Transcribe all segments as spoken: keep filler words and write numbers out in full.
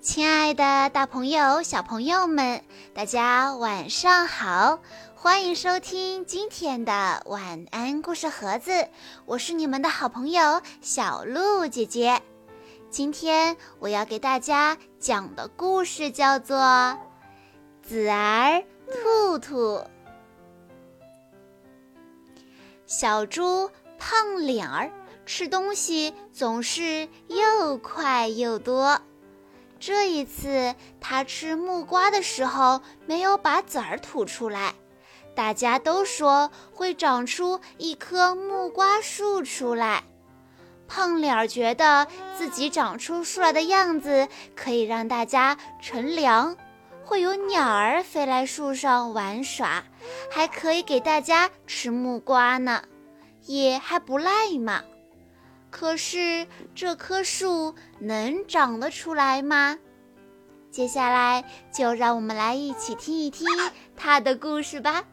亲爱的大朋友小朋友们，大家晚上好，欢迎收听今天的晚安故事盒子，我是你们的好朋友小鹿姐姐。今天我要给大家讲的故事叫做子儿兔兔。小猪胖脸儿吃东西总是又快又多，这一次他吃木瓜的时候没有把籽儿吐出来，大家都说会长出一棵木瓜树出来。胖脸儿觉得自己长出树来的样子可以让大家乘凉，会有鸟儿飞来树上玩耍，还可以给大家吃木瓜呢，也还不赖嘛。可是这棵树能长得出来吗？接下来就让我们来一起听一听它的故事吧。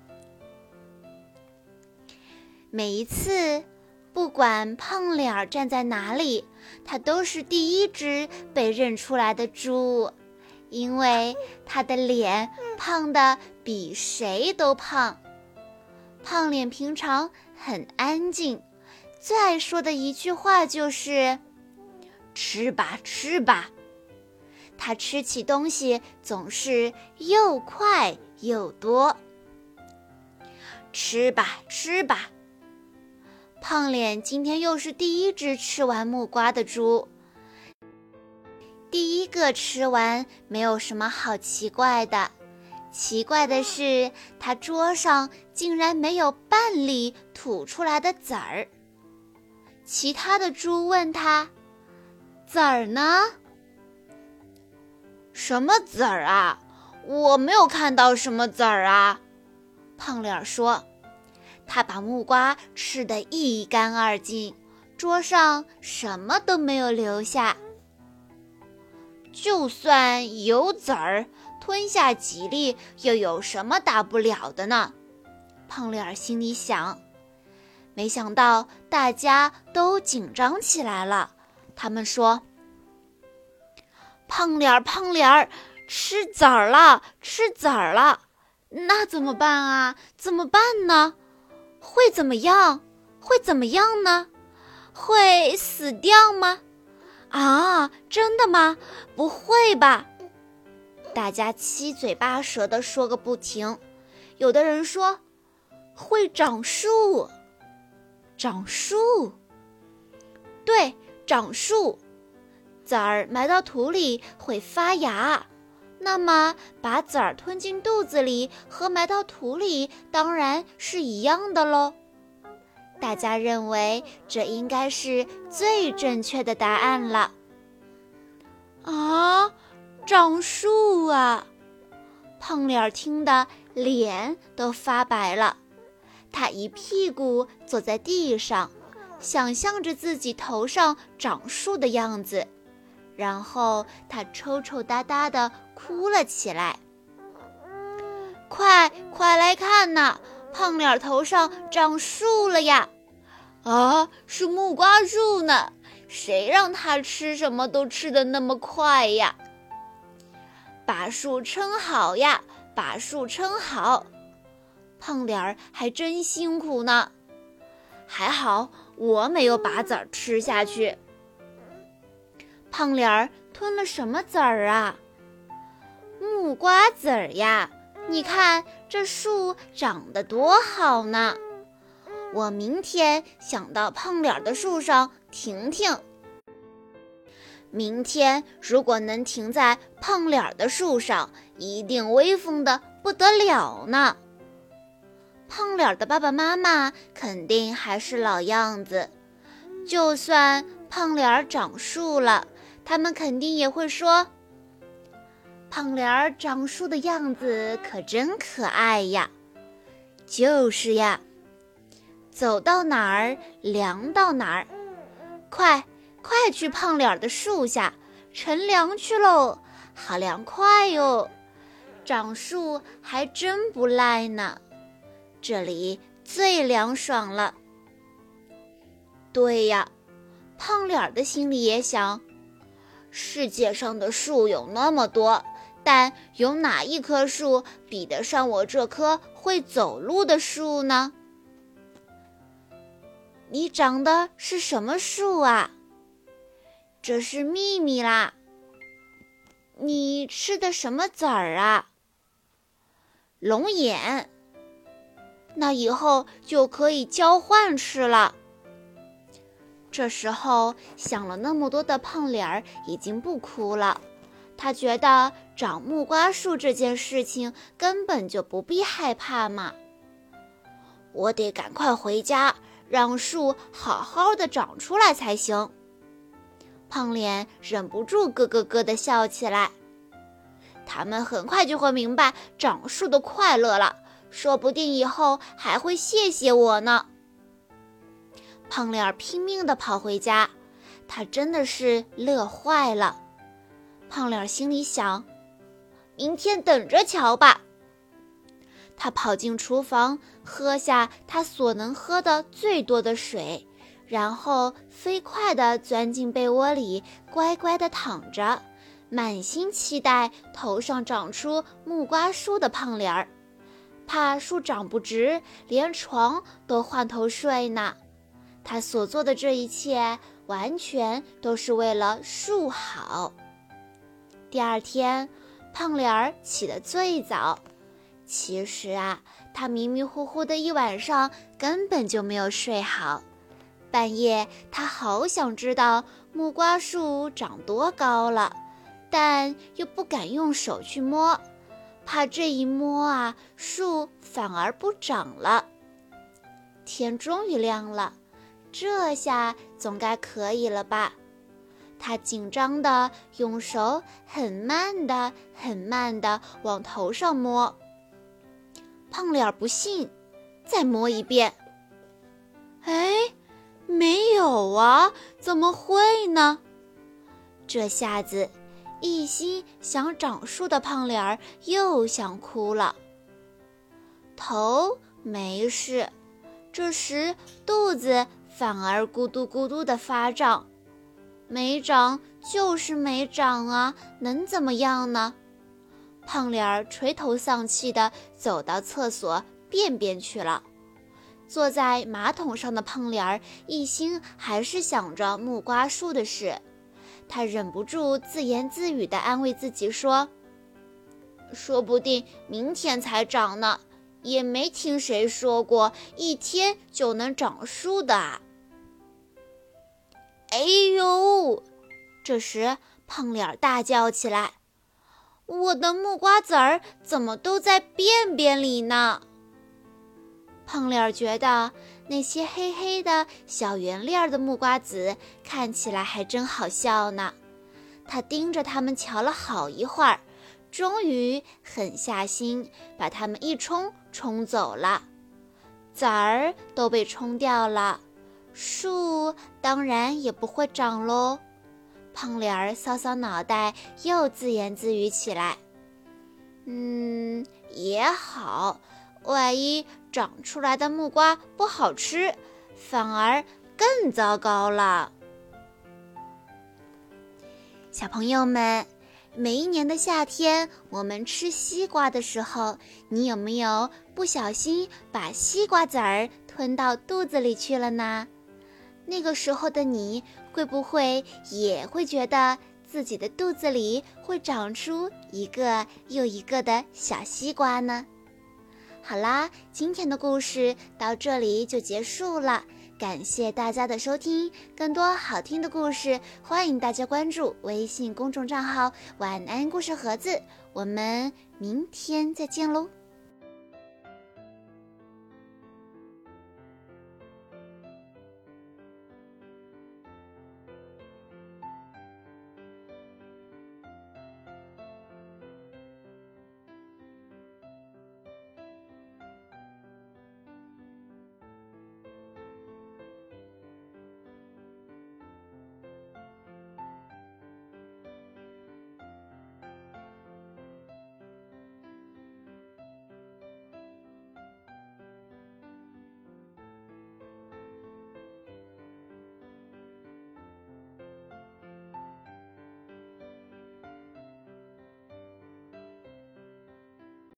每一次不管胖脸儿站在哪里，他都是第一只被认出来的猪，因为他的脸胖得比谁都胖。胖脸平常很安静，最爱说的一句话就是吃吧吃吧。他吃起东西总是又快又多。吃吧吃吧。胖脸今天又是第一只吃完木瓜的猪。第一个吃完没有什么好奇怪的，奇怪的是他桌上竟然没有半粒吐出来的籽儿。其他的猪问他，籽儿呢？什么籽儿啊？我没有看到什么籽儿啊。胖脸说，他把木瓜吃得一干二净，桌上什么都没有留下。就算有籽儿，吞下几粒又有什么大不了的呢？胖脸心里想。没想到大家都紧张起来了，他们说，胖脸儿胖脸儿，吃籽儿了吃籽儿了，那怎么办啊？怎么办呢？会怎么样？会怎么样呢？会死掉吗？啊，真的吗？不会吧？大家七嘴八舌地说个不停。有的人说，会长树。长树？对，长树。籽儿埋到土里会发芽，那么把籽儿吞进肚子里和埋到土里当然是一样的咯。大家认为这应该是最正确的答案了。啊，长树啊！胖脸听得脸都发白了，他一屁股坐在地上，想象着自己头上长树的样子，然后他抽抽搭搭地哭了起来。快快来看呐，胖脸头上长树了呀！啊，是木瓜树呢，谁让他吃什么都吃得那么快呀？把树撑好呀，把树撑好。胖脸儿还真辛苦呢，还好我没有把籽儿吃下去。胖脸儿吞了什么籽儿啊？木瓜籽儿呀！你看这树长得多好呢！我明天想到胖脸儿的树上停停。明天如果能停在胖脸儿的树上，一定威风得不得了呢。胖脸儿的爸爸妈妈肯定还是老样子，就算胖脸儿长树了，他们肯定也会说，胖脸儿长树的样子可真可爱呀。就是呀，走到哪儿凉到哪儿，快快去胖脸儿的树下乘凉去喽，好凉快哟！长树还真不赖呢，这里最凉爽了。对呀，胖脸儿的心里也想， 世界上的树有那么多，但有哪一棵树比得上我这棵会走路的树呢？你长的是什么树啊？这是秘密啦。你吃的什么籽儿啊？龙眼。那以后就可以交换吃了。这时候想了那么多的胖脸儿已经不哭了，他觉得长木瓜树这件事情根本就不必害怕嘛。我得赶快回家，让树好好的长出来才行。胖脸忍不住咯咯咯地笑起来。他们很快就会明白长树的快乐了，说不定以后还会谢谢我呢。胖脸拼命地跑回家，他真的是乐坏了。胖脸心里想，明天等着瞧吧。他跑进厨房，喝下他所能喝的最多的水，然后飞快地钻进被窝里，乖乖地躺着，满心期待头上长出木瓜树的胖脸儿。怕树长不直，连床都换头睡呢。他所做的这一切，完全都是为了树好。第二天，胖脸儿起得最早。其实啊，他迷迷糊糊的一晚上根本就没有睡好。半夜，他好想知道木瓜树长多高了，但又不敢用手去摸，怕这一摸啊，树反而不长了。天终于亮了，这下总该可以了吧？他紧张地用手很慢地、很慢地往头上摸。胖脸不信，再摸一遍。哎，没有啊，怎么会呢？这下子，一心想长树的胖脸儿又想哭了。头没事，这时肚子反而咕嘟咕嘟地发胀。没长就是没长啊，能怎么样呢？胖脸儿垂头丧气地走到厕所便便去了。坐在马桶上的胖脸儿一心还是想着木瓜树的事，他忍不住自言自语地安慰自己说：说不定明天才长呢，也没听谁说过一天就能长树的啊。哎呦！这时胖脸儿大叫起来，我的木瓜籽儿怎么都在便便里呢？胖脸儿觉得那些黑黑的小圆粒儿的木瓜籽看起来还真好笑呢。他盯着它们瞧了好一会儿，终于狠下心把它们一冲冲走了。籽儿都被冲掉了，树当然也不会长喽。胖脸儿搔搔脑袋，又自言自语起来：嗯，也好，万一长出来的木瓜不好吃，反而更糟糕了。小朋友们，每一年的夏天，我们吃西瓜的时候，你有没有不小心把西瓜籽儿吞到肚子里去了呢？那个时候的你，会不会也会觉得自己的肚子里会长出一个又一个的小西瓜呢？好啦，今天的故事到这里就结束了，感谢大家的收听。更多好听的故事，欢迎大家关注微信公众账号晚安故事盒子，我们明天再见喽。